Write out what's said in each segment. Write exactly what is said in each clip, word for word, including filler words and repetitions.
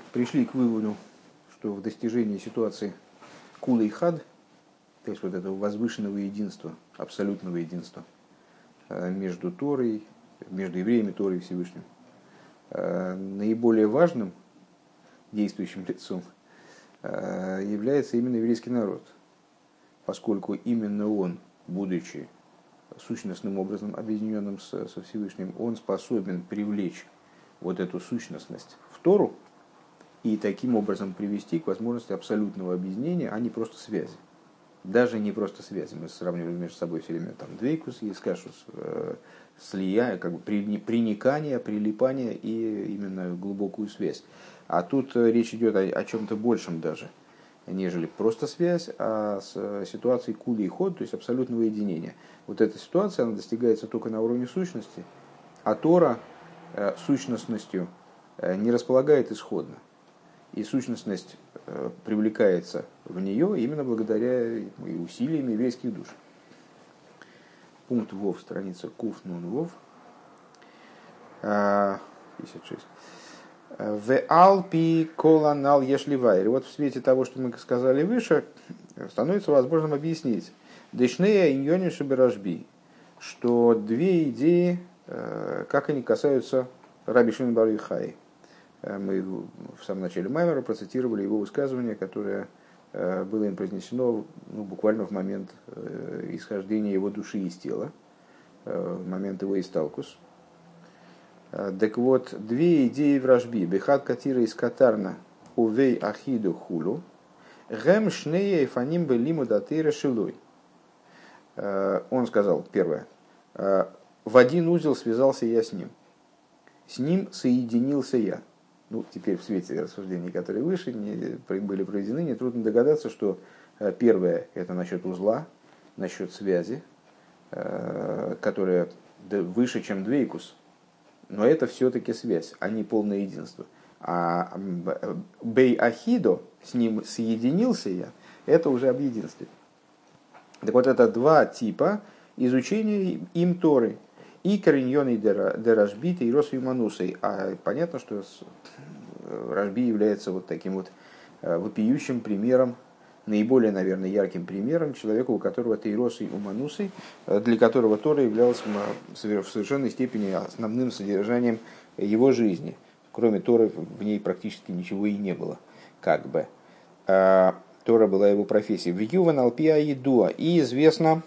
пришли к выводу, что в достижении ситуации кула и хад, то есть вот этого возвышенного единства, абсолютного единства между Торой, между евреями, Торой и Всевышним, наиболее важным действующим лицом является именно еврейский народ, поскольку именно он, будучи сущностным образом объединенным со Всевышним, он способен привлечь вот эту сущностность в Тору и таким образом привести к возможности абсолютного объединения, а не просто связи. Даже не просто связи. Мы сравнивали между собой все время там двейкус и скашус, э, слияя, как бы приникание, прилипание и именно глубокую связь. А тут речь идет о, о чем-то большем даже, нежели просто связь, а с ситуацией кули и ход, то есть абсолютного единения. Вот эта ситуация, она достигается только на уровне сущности, а Тора э, сущностностью э, не располагает исходно. И сущностность э, привлекается в нее именно благодаря и усилиям еврейских душ. Пункт Вов, страница Куф Нун Вов, пятьдесят шесть. В Алпи Коланал Ешливайр. Вот в свете того, что мы сказали выше, становится возможным объяснить Дешнея Иньони Шабиражби, что две идеи, как они касаются Раби Шимон бар Йохай. Мы в самом начале Маймера процитировали его высказывание, которое было им произнесено ну, буквально в момент исхождения его души из тела, в момент его исталкус. Так вот, две идеи в Рашби. Бехат катира из катарна увей ахиду хулу. Гем шнея и фаним белиму датыра шилой. Он сказал, первое, в один узел связался я с ним. С ним соединился я. Ну, теперь в свете рассуждений, которые выше не, были проведены, нетрудно догадаться, что первое это насчет узла, насчет связи, которая выше, чем двейкус. Но это все-таки связь, а не полное единство. А бей ахидо, с ним соединился я, это уже об единстве. Так вот, это два типа изучения им Торы. И кореньоный деражбиты и росвиманусой. А понятно, что Рашби является вот таким вот вопиющим примером, наиболее, наверное, ярким примером человека, у которого тейрос и уманусой, для которого Тора являлась в совершенной степени основным содержанием его жизни. Кроме Торы в ней практически ничего и не было, как бы. А Тора была его профессией. В Юван Алпиа Едуа. И известно,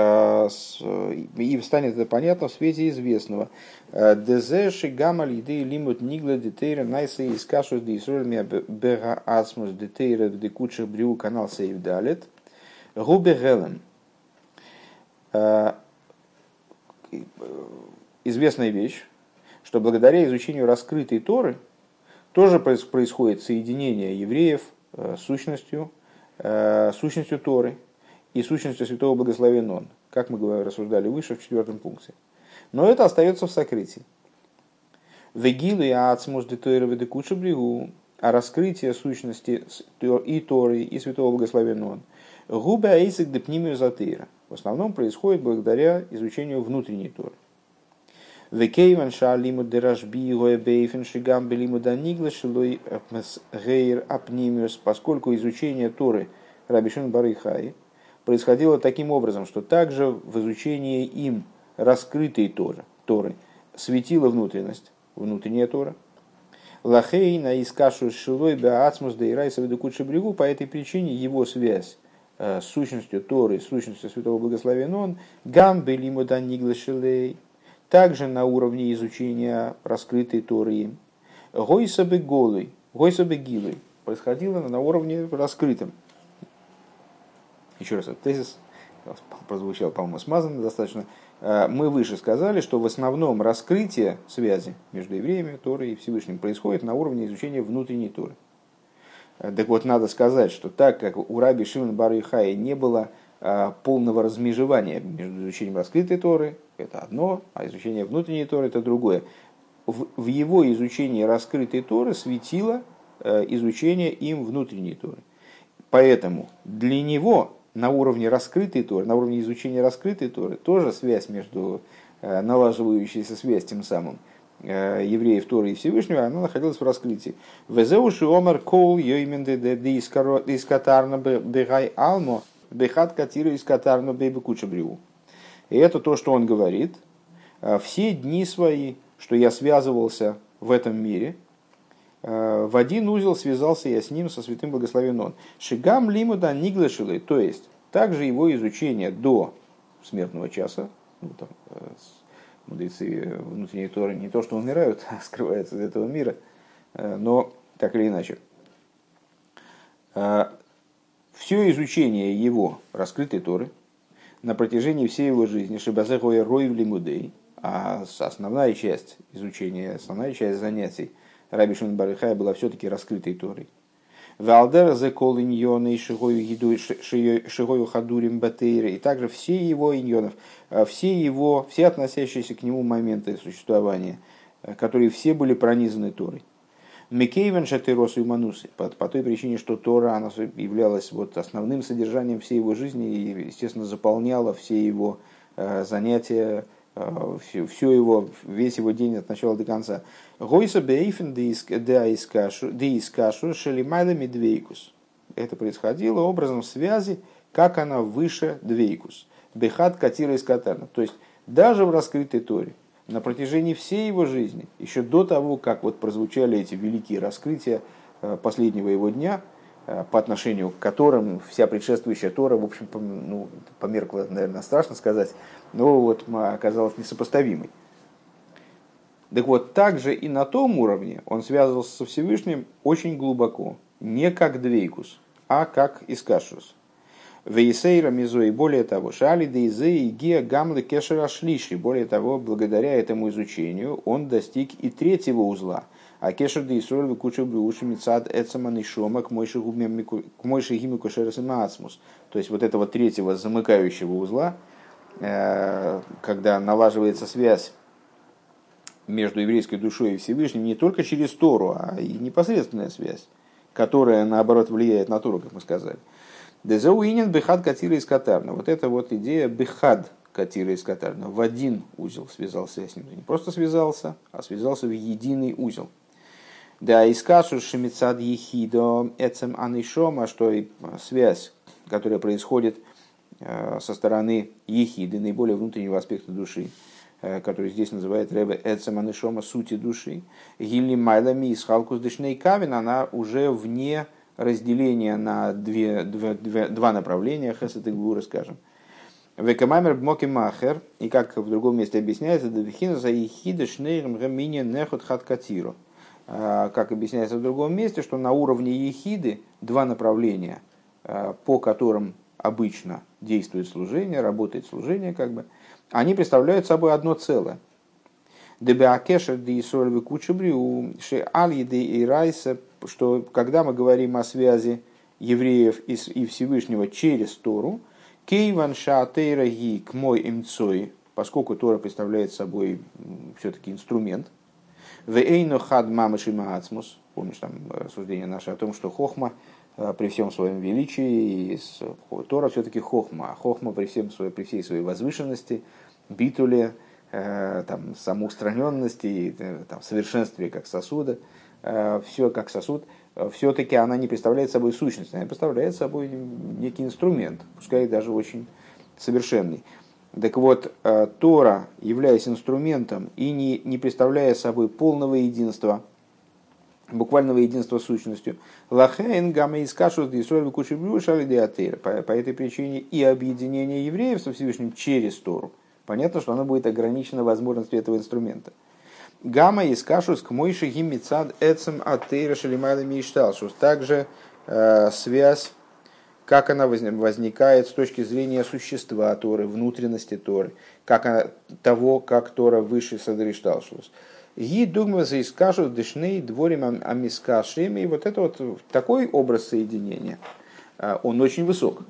и станет это понятно в свете известного. Дезеши гамаль еды лимут нигла детейра найса из кашус де исрольмия бега асмус детейра в декучах брю канал сейв далет губе гелем. Известная вещь, что благодаря изучению раскрытой Торы тоже происходит соединение евреев с сущностью, сущностью Торы и сущностью Святого Благословен Он, как мы рассуждали выше в четвертом пункте. Но это остается в сокрытии. Вегилу и ацмус де Тойра ведекуча бригу, а раскрытие сущности и Торы, и Святого Благословен Он, губе аисик де пнимию затыра, в основном происходит благодаря изучению внутренней Торы. Векейван шаалиму де рашби гоебейфен шигам белиму данигла шилой гейр апнимиус, поскольку изучение Торы Раби Шимон бар Йохай происходило таким образом, что также в изучении им раскрытой Торы, Торы светила внутренность, внутренняя Тора. Лахейна искашу шилой беацмус дейрайса ведукучи брегу, по этой причине его связь с сущностью Торы, с сущностью Святого Благословен Он, гам белиму данигла шилей, также на уровне изучения раскрытой Торы им. Гойсабе голый, гойсабе гилый, происходило на уровне раскрытым. Еще раз, этот тезис прозвучал, по-моему, смазанно достаточно. Мы выше сказали, что в основном раскрытие связи между евреями, Торой и Всевышним происходит на уровне изучения внутренней Торы. Так вот, надо сказать, что так как у Раби Шимон бар Йохай не было полного размежевания между изучением раскрытой Торы, это одно, а изучение внутренней Торы это другое. В его изучении раскрытой Торы светило изучение им внутренней Торы. Поэтому для него на уровне раскрытой Торы, на уровне изучения раскрытой Торы, тоже связь между, налаживающаяся связь тем самым евреев Торы и Всевышнего, она находилась в раскрытии. Везеуши омар кол йойменде из катарна бегай алмо бехат катира из катарна бейбе кучабриу. И это то, что он говорит. Все дни свои, что я связывался в этом мире, в один узел связался я с ним, со святым благословен он. Шигам лимуда ниглашилы, то есть также его изучение до смертного часа, ну, там, мудрецы внутренней Торы не то что умирают, а скрываются из этого мира, но так или иначе. Все изучение его раскрытой Торы на протяжении всей его жизни, шибазехоя роев лимудей, а основная часть изучения, основная часть занятий Раби Шимон бар Йохай была все-таки раскрытой Торой. Валдер зе кол иньоны шигою хадурим батейры, и также все его иньонов, все его, все относящиеся к нему моменты существования, которые все были пронизаны Торой. Микейвен шатыросу и манусы, по, по той причине, что Тора она являлась вот основным содержанием всей его жизни и, естественно, заполняла все его э, занятия, э, все, все его, весь его день от начала до конца. Гойса бейфен деискашу шелимайла медвейкус. Это происходило образом связи, как она выше двейкус. Бехат катира из катарна. То есть даже в раскрытой Торе на протяжении всей его жизни, еще до того, как вот прозвучали эти великие раскрытия последнего его дня, по отношению к которым вся предшествующая Тора, в общем, ну, померкла, наверное, страшно сказать, но вот оказалась несопоставимой. Так вот, также и на том уровне он связывался со Всевышним очень глубоко, не как двейкус, а как искашус. Вейсейра мизо, и более того, шали дейзе и геа гамлы кешера шлиши. Более того, благодаря этому изучению он достиг и третьего узла. А кешер дейсроль выкучил брюши мицад эцаман и шома к мойши гиму кошерас и маацмус. То есть вот этого третьего замыкающего узла, когда налаживается связь между еврейской душой и Всевышним не только через Тору, а и непосредственная связь, которая, наоборот, влияет на Тору, как мы сказали. Дезауинен бехад катира из катарна. Вот это вот идея бехад катира из катарна. В один узел связался с ним. Не просто связался, а связался в единый узел. Да, искашу шемицад ехидо эцем анишома, что и связь, которая происходит со стороны ехиды, наиболее внутреннего аспекта души, который здесь называет Ребе эцем анишома, сути души, гилли майлами из халкус дышней кавин, она уже вне разделение на две, две, две, два направления, хесед и гвура, скажем. Векамамер бмоки махер, и как в другом месте объясняется, девихина за ехида шнейрм гамине нехот хат катиру. Как объясняется в другом месте, что на уровне ехиды два направления, по которым обычно действует служение, работает служение, как бы, они представляют собой одно целое. Дебеакешер де исольвы кучебриу ше аль-еды и райса, что когда мы говорим о связи евреев и Всевышнего через Тору, кейван шаатейра ги к мой имцой, поскольку Тора представляет собой все-таки инструмент, вейно хад мамаши маацмус, помнишь там рассуждение наше о том, что хохма при всем своем величии, и Тора все-таки хохма, а хохма при, всем своей, при всей своей возвышенности, битуле, там, самоустраненности, там, совершенстве как сосуда, все как сосуд, все-таки она не представляет собой сущность, она представляет собой некий инструмент, пускай даже очень совершенный. Так вот, Тора, являясь инструментом и не, не представляя собой полного единства, буквального единства с сущностью, лахен гамма из кашус дисроль кучебрю шали диатейр. По этой причине и объединение евреев со Всевышним через Тору, понятно, что оно будет ограничено возможностью этого инструмента. Гамма из кашус к мойши гиммицад эцем атейра шалимайла миштал. Также э, связь, как она возникает с точки зрения существа Торы, внутренности Торы, как она, того, как Тора выше садришталшус. И дугма за искашус дышней дворим амискашими. И вот это вот такой образ соединения, э, он очень высок.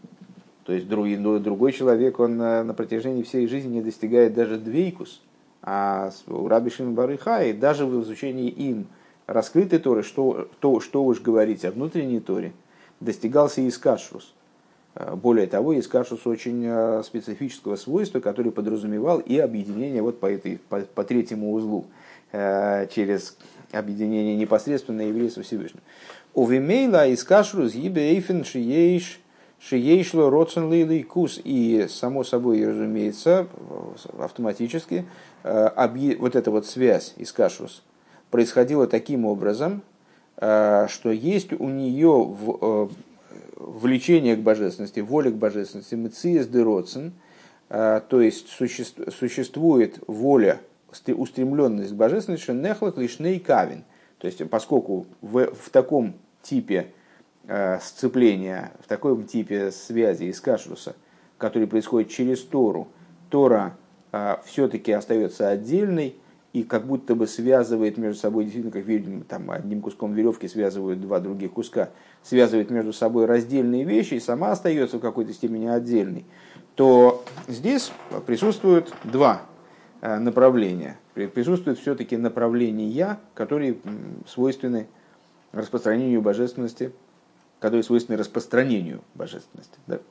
То есть другой, другой человек, он на протяжении всей жизни не достигает даже двейкус, а у Раби Шимон бар Йохай даже в изучении им раскрытой Торы, что, то, что уж говорить о внутренней Торе, достигался искашус. Более того, искашус очень специфического свойства, который подразумевал и объединение вот по, этой, по, по третьему узлу. через объединение непосредственно евреев со Всевышним. Увимейла из кашрус ебе эйфен шиейш шиейшло родсен лейлый кус. И само собой, разумеется, автоматически вот эта вот связь из кашрус происходила таким образом, что есть у нее влечение к божественности, воля к божественности, мециес де родсен, то есть существует воля, устремленность к божественности, шенехлак лишней кавин. То есть, поскольку в, в таком типе э, сцепления, в таком типе связи из кашруса, который происходит через Тору, Тора э, все-таки остается отдельной и как будто бы связывает между собой, действительно, как видим, там, одним куском веревки связывают два других куска, связывает между собой раздельные вещи и сама остается в какой-то степени отдельной, то здесь присутствуют два направления. Присутствуют все-таки направления, которые свойственны распространению божественности, которые свойственны распространению божественности. Да?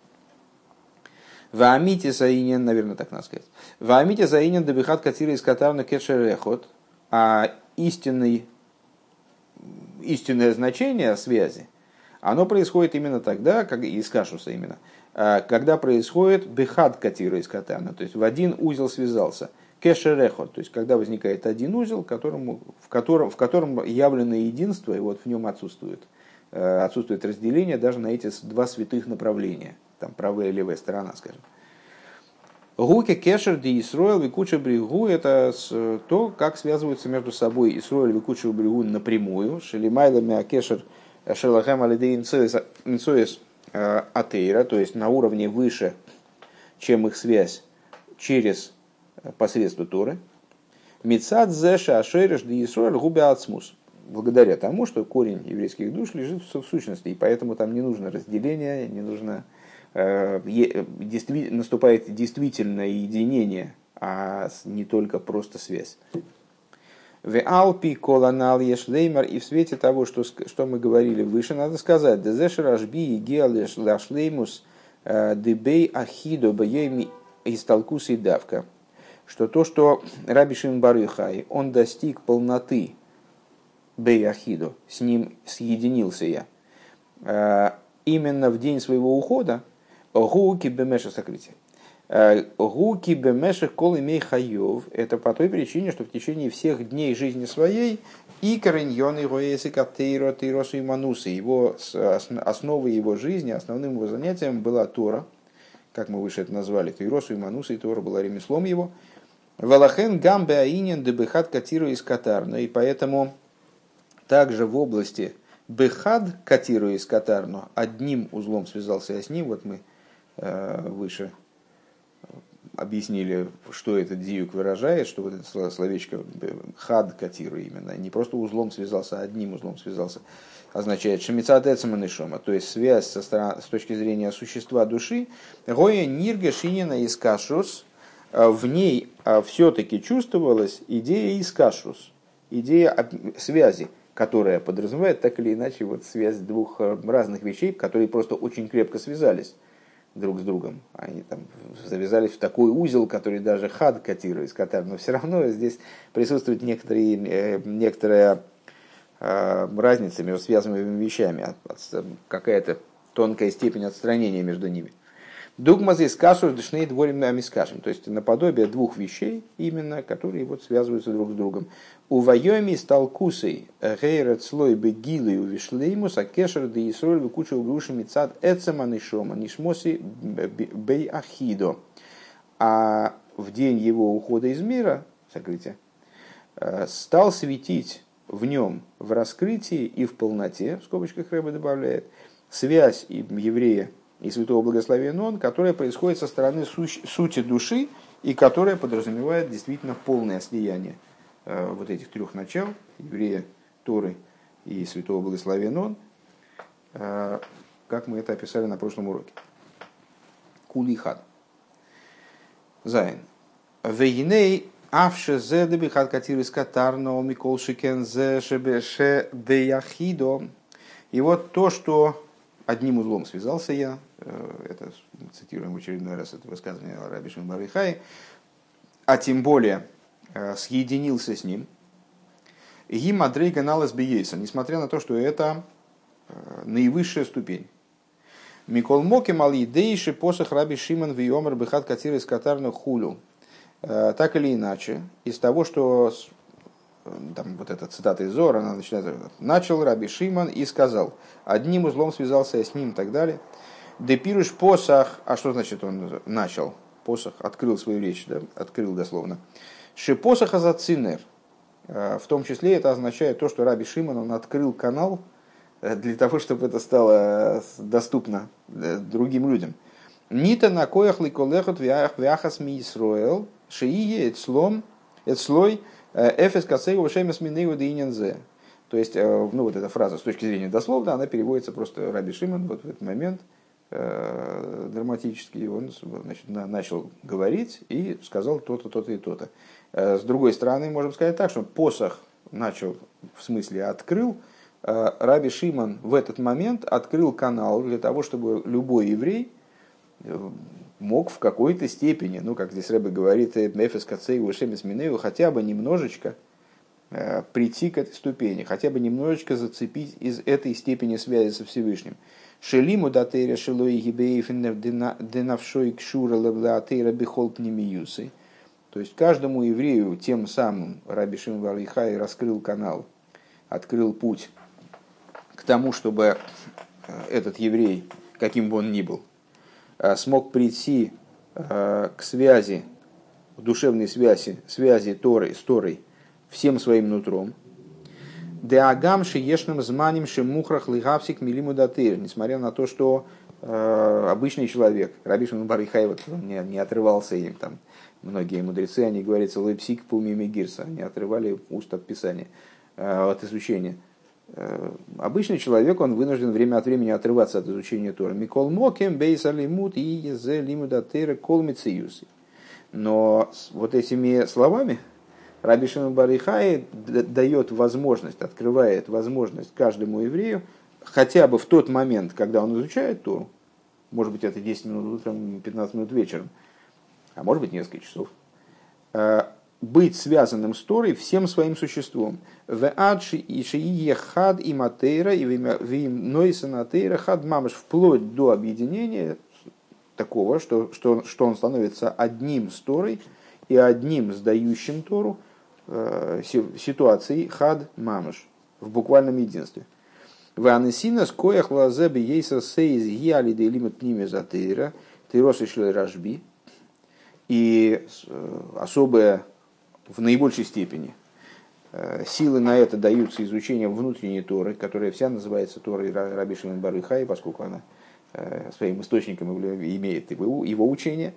Ваамите заинен, наверное, так надо сказать. Ваамите заинен дебихат катира из катарна кешерехот, а истинный, истинное значение связи, оно происходит именно тогда, как из кашуса именно, когда происходит бихат катира из катарна, то есть в один узел связался. Кешерехот, то есть когда возникает один узел, которому, в, котором, в котором явлено единство, и вот в нем отсутствует, отсутствует разделение даже на эти два святых направления, там правая и левая сторона, скажем. Гуки кешер ди Исроэл викуча бригу, это то, как связываются между собой Исроэль викуча бригу напрямую, шелимайлами кешер шелахем алидей инцоес атеира, то есть на уровне выше, чем их связь через посредством Торы, мицад зеша ашереш де Исроэль губе ацмус, благодаря тому, что корень еврейских душ лежит в сущности, и поэтому там не нужно разделение, не нужно, э, действи, наступает действительное единение, а не только просто связь. В алпи колонал ешлеймар, и в свете того, что, что мы говорили выше, надо сказать, дезешер ашби и геалеш лашлеймус дебей ахидо баеми исталкус и давка, что то, что Раби Шимон бар Йохай, он достиг полноты бей ахидо, с ним съединился я, именно в день своего ухода, гуки бемешах сокрытия. Гуки бемешах кол имей хайов, это по той причине, что в течение всех дней жизни своей и кореньон его есикатейро тейросу и манусы, его основой его жизни, основным его занятием была Тора, как мы выше это назвали, тейросу и манусы, и Тора была ремеслом его. Валахен гамбе аинен дебехат катиру из катарна, и поэтому также в области бехад катиру из катарно одним узлом связался я с ним. Вот мы э, выше объяснили, что этот диюк выражает, что вот это словечко хад катиру именно не просто узлом связался, а одним узлом связался, означает шемицат эцема нишома, то есть связь со стороны, с точки зрения существа души. Гоя нирга шинина из кашрус, в ней все-таки чувствовалась идея из кашрус, идея связи, которая подразумевает так или иначе вот связь двух разных вещей, которые просто очень крепко связались друг с другом. Они там завязались в такой узел, который даже хад катирует из катар, но все равно здесь присутствует некоторые, некоторая разница между связанными вещами, какая-то тонкая степень отстранения между ними. Дугмазы из кашур дышней дворим амискашем, то есть наподобие двух вещей, именно, которые вот связываются друг с другом. У вайоми стал кусей гейрет слой бегилы у вишлеймус, а кешер де Исроэль выкучил грушами цад эцема нишома нишмоси бей ахидо. А в день его ухода из мира, сокрытия, стал светить в нем в раскрытии и в полноте, в скобочках Рэбе добавляет, связь еврея и святого благословения он, которая происходит со стороны сущ, сути души и которая подразумевает действительно полное слияние э, вот этих трех начал, еврея, Торы и святого благословения он, э, как мы это описали на прошлом уроке. Кулихад. Зайн. Вейней авше зе дебихад катирис катарно микол шикен зе шебеше де яхидо. И вот то, что одним узлом связался я, это цитируем в очередной раз это высказывание Раби Шимон бар Йохай, а тем более съединился с ним, Ги мадрейга налас биейса, несмотря на то, что это наивысшая ступень. Микол моки мали дейши посох раби Шимон виомер бихат катир из катарных хулю. Так или иначе, из того, что там, вот эта цитата из Зора, она начинает: начал раби Шимон и сказал, одним узлом связался я с ним и так далее. Депируш посох, а что значит он начал? Посох, открыл свою речь, да? Открыл дословно. Шипосаха за цинер. В том числе это означает то, что раби Шимон, он открыл канал для того, чтобы это стало доступно другим людям. Нита на коях ликолехот вяхас ми Исроэл шиие эцлом эцлой эфес касею шемес минею дейнензе. То есть, ну вот эта фраза с точки зрения дословно, она переводится просто раби Шимон вот в этот момент э, драматически, он, значит, на, начал говорить и сказал то-то, то-то и то-то. С другой стороны, можем сказать так, что посох начал, в смысле открыл, раби Шимон в этот момент открыл канал для того, чтобы любой еврей мог в какой-то степени, ну, как здесь Рэбе говорит, «Эфес кацей вешемес минею», хотя бы немножечко прийти к этой ступени, хотя бы немножечко зацепить из этой степени связи со Всевышним. «Шелиму датейра шелой гибеев денавшой кшура левлаатейра бихол пнемиюсы». То есть каждому еврею тем самым раби Шимон бар Йохай раскрыл канал, открыл путь к тому, чтобы этот еврей, каким бы он ни был, смог прийти к связи, душевной связи, связи Торы с Торой всем своим нутром. Деагам шиешным зманим шемухрах лигавсик милиму датыр. Несмотря на то, что обычный человек, раби Шимон бар Йохай, вот, он не, не отрывался им там. Многие мудрецы, они говорят, лойпсик пумими гирса, они отрывали уст от писания, от изучения. Обычный человек, он вынужден время от времени отрываться от изучения Торы. Микол мокем бейса лимут и езе лимуда тейра кол мициюсы. Но вот этими словами раби Шимон бар Йохай дает возможность, открывает возможность каждому еврею, хотя бы в тот момент, когда он изучает Тору, может быть это десять минут утром, пятнадцать минут вечером, а может быть несколько часов, быть связанным с Торой всем своим существом. Вплоть до объединения такого, что, что, что он становится одним с Торой и одним с дающим Тору ситуацией хад мамаш, в буквальном единстве. Ванесинас коях лазеби ейса сейз гиалиды лимит ними затыра тыросишли рашби. И особая, в наибольшей степени, силы на это даются изучением внутренней Торы, которая вся называется Торой раби Шимон бар Йохай, поскольку она своим источником имеет его, его учение.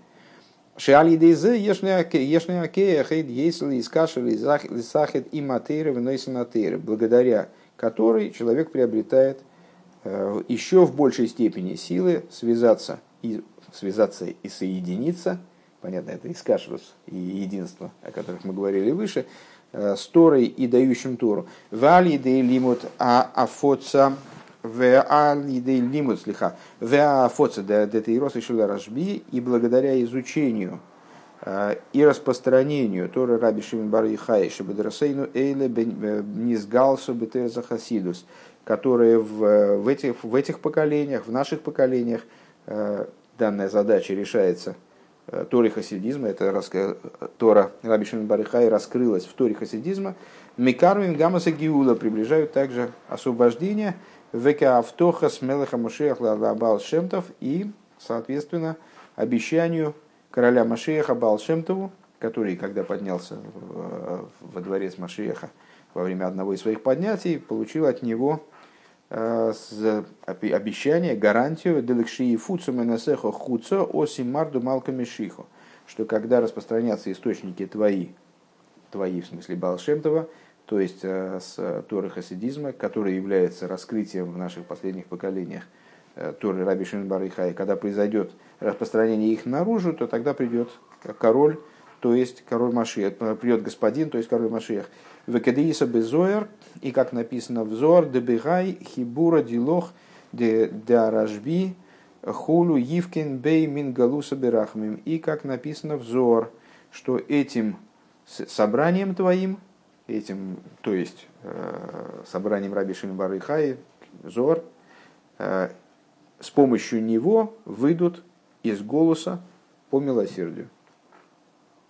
Благодаря которой человек приобретает еще в большей степени силы связаться и, связаться и соединиться. Понятно, это искашрус и единство, о которых мы говорили выше, с Торой и дающим Тору. Валидей лимут афоца валидей лимут слиха вафоца детейрос и шеларашби, и благодаря изучению и распространению Торы раби Шимон бар Йохай шебедрасейну эйле низгалсу бетерза хасидус, которые в, в, этих, в этих поколениях, в наших поколениях данная задача решается. Торе хасидизма, это Тора раби Шимон бар Йохай раскрылась в Торе хасидизма. Микарвим гамаса гиула приближают также освобождение века автоха с мелеха Машиах Баал Шем Тов и, соответственно, обещанию короля Машиаха Баал Шем Тову, который, когда поднялся во дворец Машиаха во время одного из своих поднятий, получил от него обещание, гарантию, что когда распространятся источники твои, твои в смысле Баал Шем Това, то есть с Торы хасидизма, который является раскрытием в наших последних поколениях Торы раби Шимон бар Йохай, когда произойдет распространение их наружу, то тогда придет король, то есть король Машиах, придет господин, то есть король Машиах. Векадеиса безоер, и как написано в Зоар, дебегай хибура дилох де даражби хулу йивкин бей мин галуса берахмим. И как написано в Зоар, что этим собранием твоим, этим, то есть собранием Раби Шимон бар Йохай, Зоар, с помощью него выйдут из голоса по милосердию.